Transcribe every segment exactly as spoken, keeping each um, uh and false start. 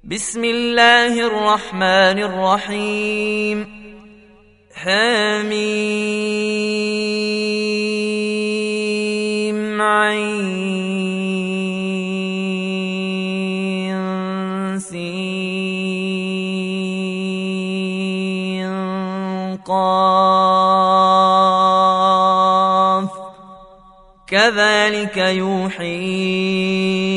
بسم الله الرحمن الرحيم حميم عين سين قاف كذلك يوحي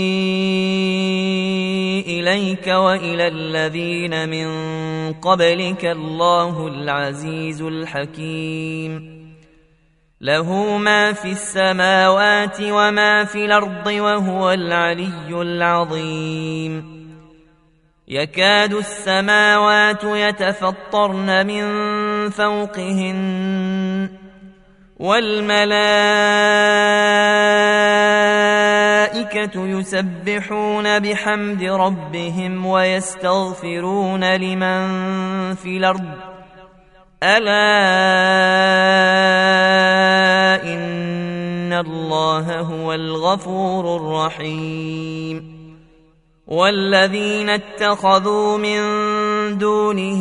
إليك وإلى الذين من قبلك الله العزيز الحكيم له ما في السماوات وما في الأرض وهو العلي العظيم يكاد السماوات يتفطرن من فوقهن والملائكة يسبحون بحمد ربهم ويستغفرون لمن في الأرض ألا إن الله هو الغفور الرحيم والذين اتخذوا من دونه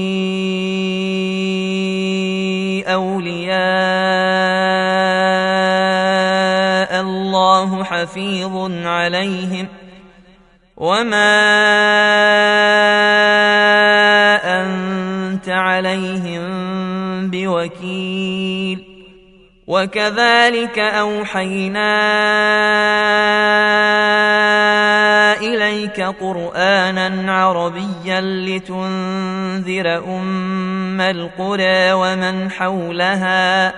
أولياء الله حفيظ عليهم وما أنت عليهم بوكيل وكذلك أوحينا إليك قرآنا عربيا لتنذر أم القرى ومن حولها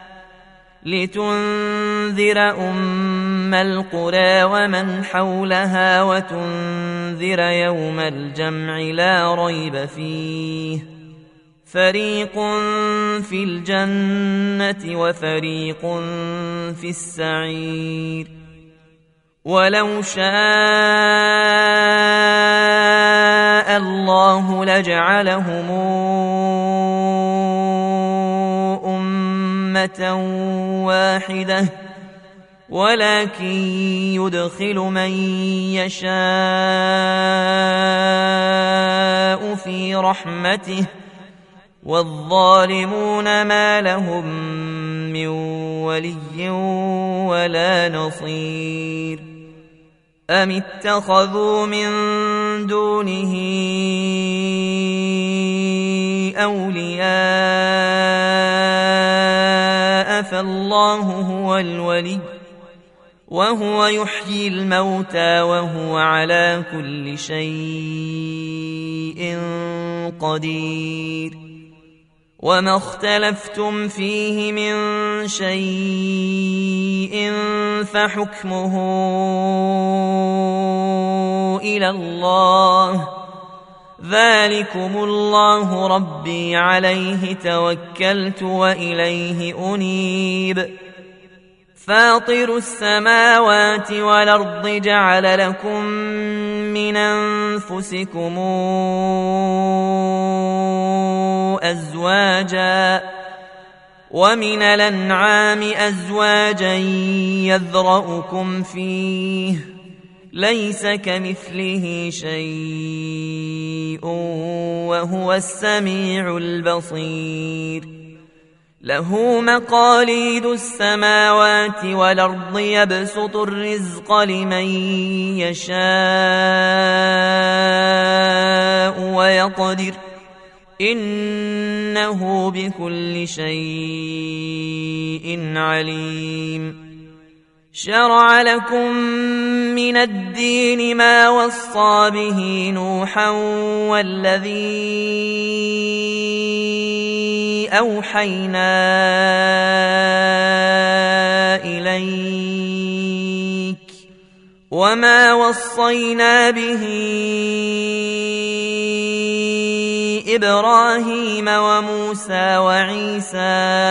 لتنذر أم القرى ومن حولها وتنذر يوم الجمع لا ريب فيه فريق في الجنة وفريق في السعير ولو شاء الله لجعلهم أمة واحدة ولكن يدخل من يشاء في رحمته والظالمون ما لهم من ولي ولا نصير أم اتخذوا من دونه أولياء فالله هو الولي وهو يحيي الموتى وهو على كل شيء قدير وما اختلفتم فيه من شيء فحكمه إلى الله ذلكم الله ربي عليه توكلت وإليه أنيب فاطر السماوات والأرض جعل لكم من أنفسكم أزواجا ومن الأنعام أزواجا يذرأكم فيه ليس كمثله شيء وهو السميع البصير له مقاليد السماوات والأرض يبسط الرزق لمن يشاء ويقدر إنه بكل شيء عليم شرع لكم من الدين ما وصى به نوحا والذي أوحينا إليك وما وصينا به إبراهيم وموسى وعيسى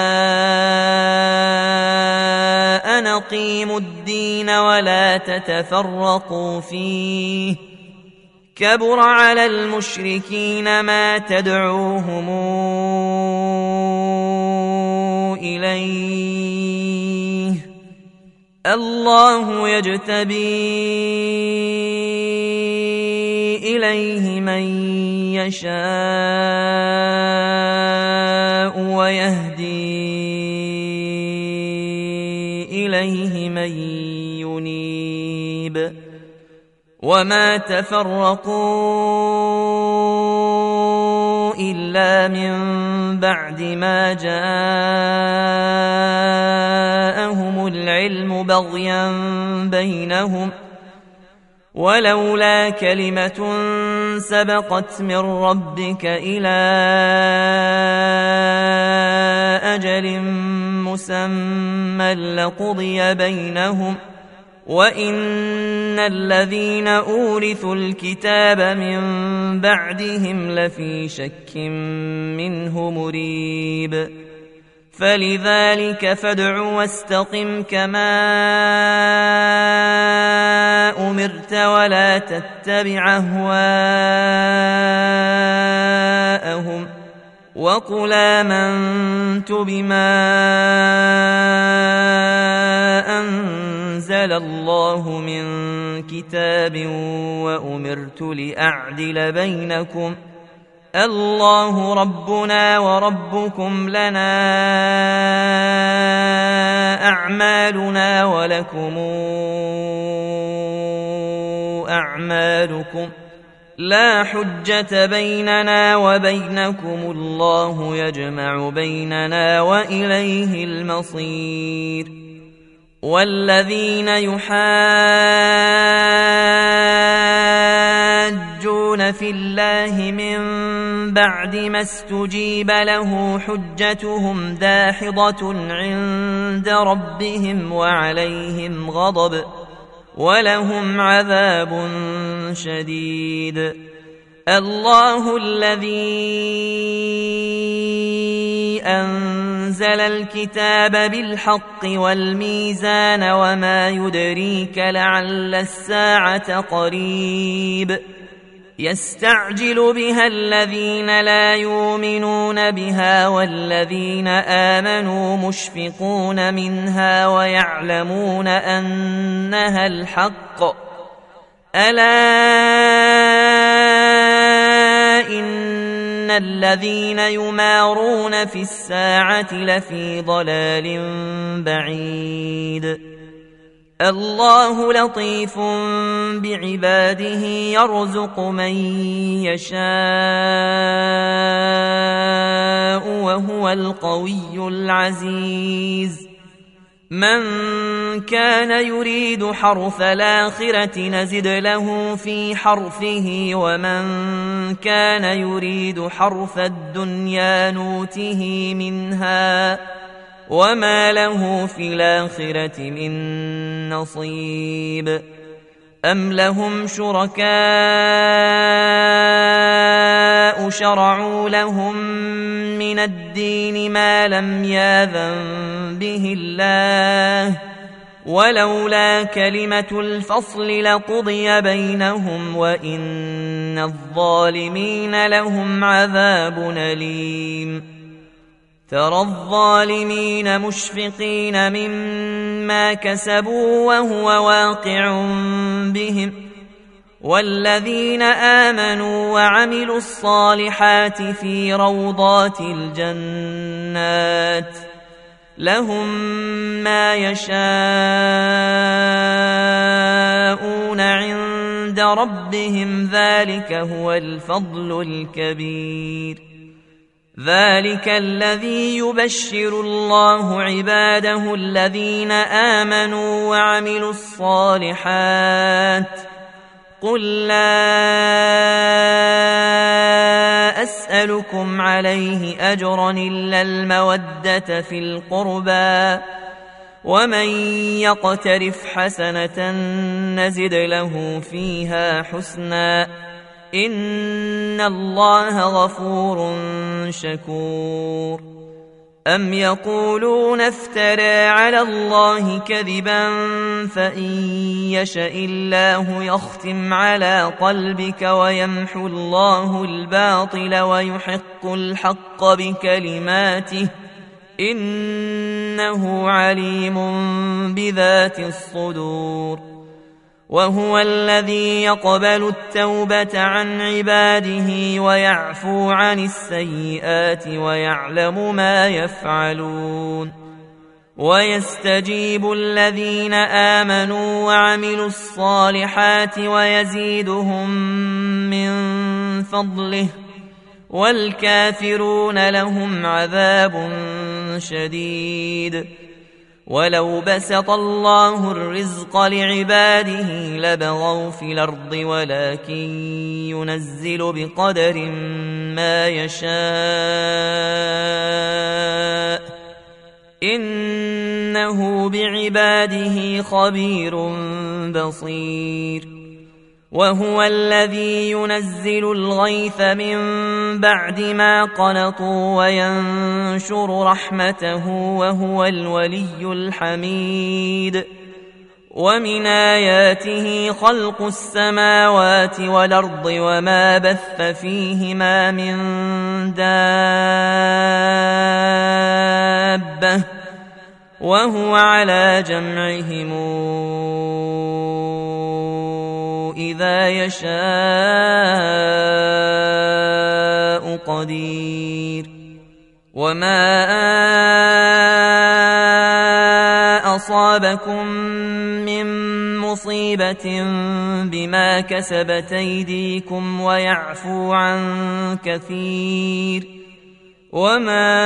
أن أقيموا الدين ولا تتفرقوا فيه كبر على المشركين ما تدعوهم إليه الله يجتبي إليه من يشاء ويهدي إليه من ينيب وما تفرقوا إلا من بعد ما جاءهم العلم بغيا بينهم ولولا كلمة سبقت من ربك إلى أجل مسمى لقضي بينهم وإن الذين أورثوا الكتاب من بعدهم لفي شك منه مريب فلذلك فادع واستقم كما أمرت ولا تتبع أهواءهم وقل آمنت بما أنزل الله من كتاب وأمرت لأعدل بينكم الله ربنا وربكم لنا أعمالنا ولكم أعمالكم لا حجة بيننا وبينكم الله يجمع بيننا وإليه المصير والذين يحاجون في الله من بعد ما استجيب له حجتهم داحضة عند ربهم وعليهم غضب ولهم عذاب شديد الله الذي أنزل الكتاب بالحق والميزان وما يدريك لعل الساعة قريب يستعجل بها الذين لا يؤمنون بها والذين آمنوا مشفقون منها ويعلمون أنها الحق ألا إن الذين يمارون في الساعة لفي ضلال بعيد الله لطيف بعباده يرزق من يشاء وهو القوي العزيز من كان يريد حرث الآخرة نزد له في حرثه ومن كان يريد حرث الدنيا نوته منها وما له في الآخرة من نصيب أم لهم شركاء شرعوا لهم من الدين ما لم يأذن به الله ولولا كلمة الفصل لقضي بينهم وإن الظالمين لهم عذاب أليم ترى الظالمين مشفقين مما كسبوا وهو واقع بهم والذين آمنوا وعملوا الصالحات في روضات الجنات لهم ما يشاءون عند ربهم ذلك هو الفضل الكبير ذلك الذي يبشر الله عباده الذين آمنوا وعملوا الصالحات قل لا أسألكم عليه أجرا إلا المودة في القربى ومن يقترف حسنة نزد له فيها حسنا إن الله غفور شكور أم يقولون افترى على الله كذبا فإن يشأ الله يختم على قلبك ويمحو الله الباطل ويحق الحق بكلماته إنه عليم بذات الصدور وهو الذي يقبل التوبة عن عباده ويعفو عن السيئات ويعلم ما يفعلون ويستجيب الذين آمنوا وعملوا الصالحات ويزيدهم من فضله والكافرون لهم عذاب شديد ولو بسط الله الرزق لعباده لبغوا في الأرض ولكن ينزل بقدر ما يشاء إنه بعباده خبير بصير وهو الذي ينزل الغيث من بعد ما قنطوا وينشر رحمته وهو الولي الحميد ومن آياته خلق السماوات والأرض وما بث فيهما من دابة وهو على جمعهم إذا يشاء قدير وما أصابكم من مصيبة بما كسبت أيديكم ويعفو عن كثير وما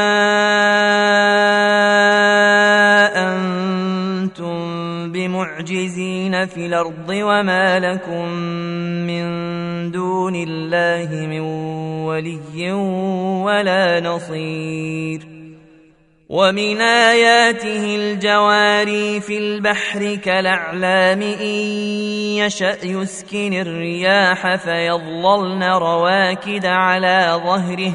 أنتم بمعجزين في الأرض وما لكم من دون الله من ولي ولا نصير ومن آياته الجواري في البحر كالأعلام إن يشأ يسكن الرياح فيظللن رواكد على ظهره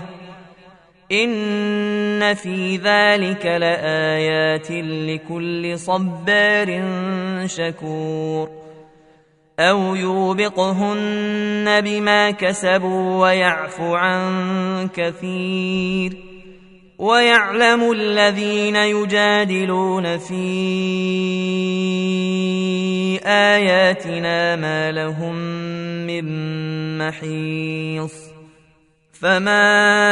إن في ذلك لآيات لكل صبار شكور أو يوبقهن بما كسبوا ويعفو عن كثير ويعلم الذين يجادلون في آياتنا ما لهم من محيص فما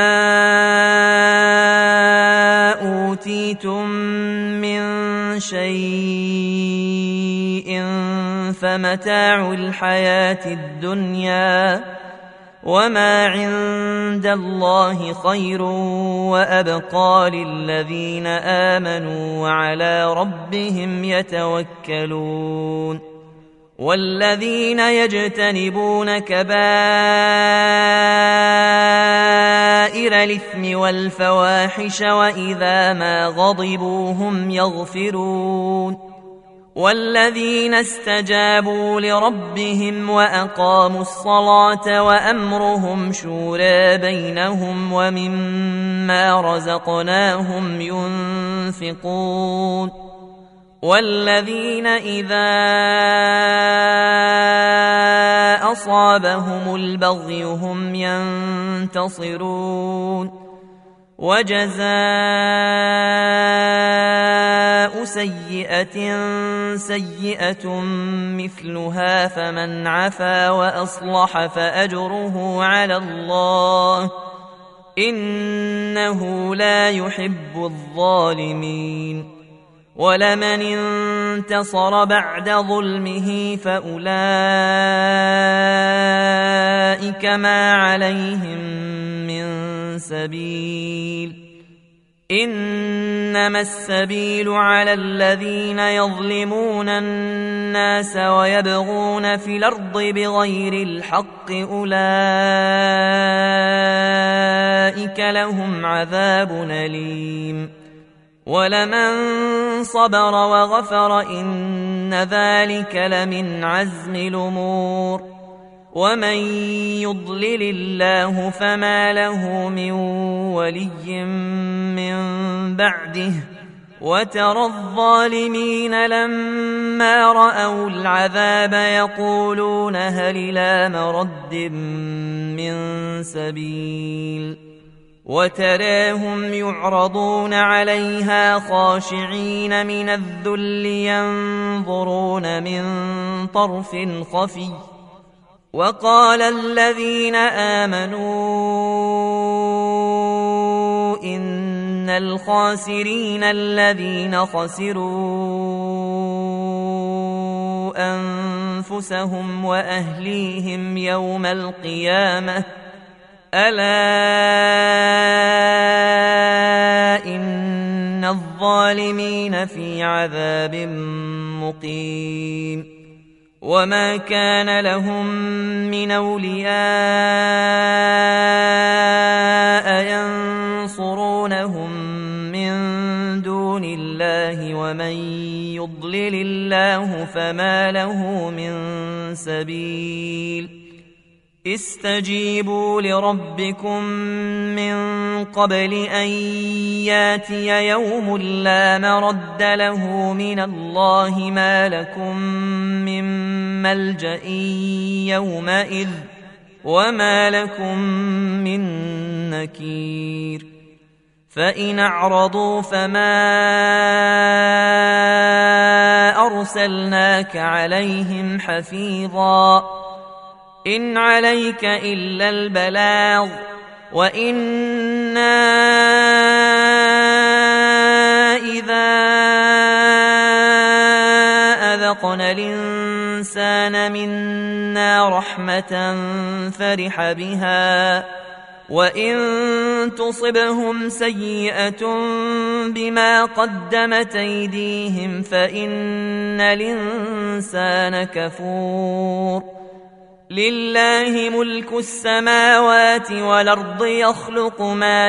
أوتيتم من شيء فمتاع الحياة الدنيا وما عند الله خير وأبقى للذين آمنوا وعلى ربهم يتوكلون والذين يجتنبون كبائر الإثم والفواحش وإذا ما غضبوا هم يغفرون والذين استجابوا لربهم وأقاموا الصلاة وأمرهم شورى بينهم ومما رزقناهم ينفقون والذين إذا أصابهم البغي هم ينتصرون وجزاء سيئة سيئة مثلها فمن عفا وأصلح فأجره على الله إنه لا يحب الظالمين ولمن انتصر بعد ظلمه فأولئك ما عليهم من سبيل إنما السبيل على الذين يظلمون الناس ويبغون في الأرض بغير الحق أولئك لهم عذاب أليم ولمن صبر وغفر إن ذلك لمن عزم الأمور ومن يضلل الله فما له من ولي من بعده وترى الظالمين لما رأوا العذاب يقولون هل إلى مرد من سبيل وتراهم يعرضون عليها خاشعين من الذل ينظرون من طرف خفي وقال الذين آمنوا إن الخاسرين الذين خسروا أنفسهم وأهليهم يوم القيامة ألا إن الظالمين في عذاب مقيم وما كان لهم من أولياء ينصرونهم من دون الله ومن يضلل الله فما له من سبيل استجيبوا لربكم من قبل أن ياتي يوم لا مرد له من الله ما لكم من ملجأ يومئذ وما لكم من نكير فإن أعرضوا فما أرسلناك عليهم حفيظا إن عليك إلا البلاغ وإنا إذا أذقنا الإنسان منا رحمة فرح بها وإن تصبهم سيئة بما قدمت أيديهم فإن الإنسان كفور لله ملك السماوات والأرض يخلق ما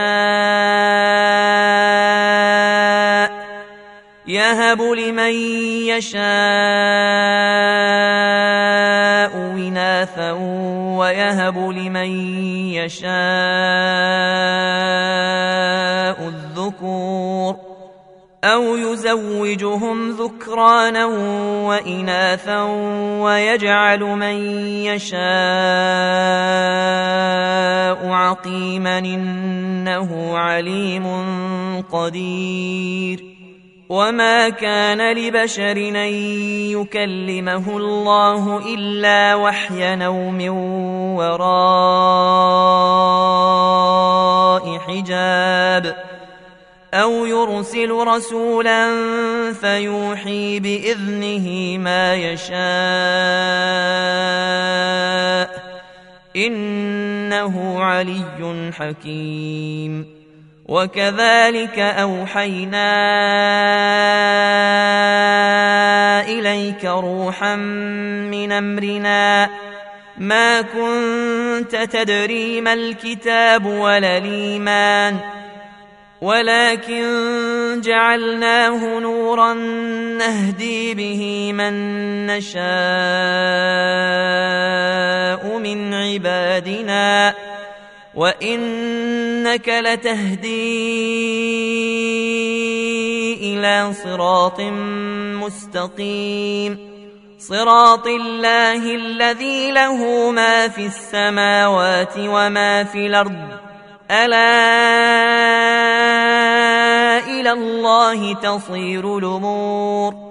يشاء يهب لمن يشاء إناثا ويهب لمن يشاء الذكور أو يزوجهم ذكرانا وإناثا ويجعل من يشاء عقيما إنه عليم قدير وما كان لبشر أن يكلمه الله إلا وحيا أو من وراء حجاب أو يرسل رسولا فيوحي بإذنه ما يشاء إنه علي حكيم وكذلك أوحينا إليك روحا من أمرنا ما كنت تدري ما الكتاب ولا الإيمان ولكن جعلناه نورا نهدي به من نشاء من عبادنا وإنك لتهدي إلى صراط مستقيم صراط الله الذي له ما في السماوات وما في الأرض ألا إلى الله تصير الأمور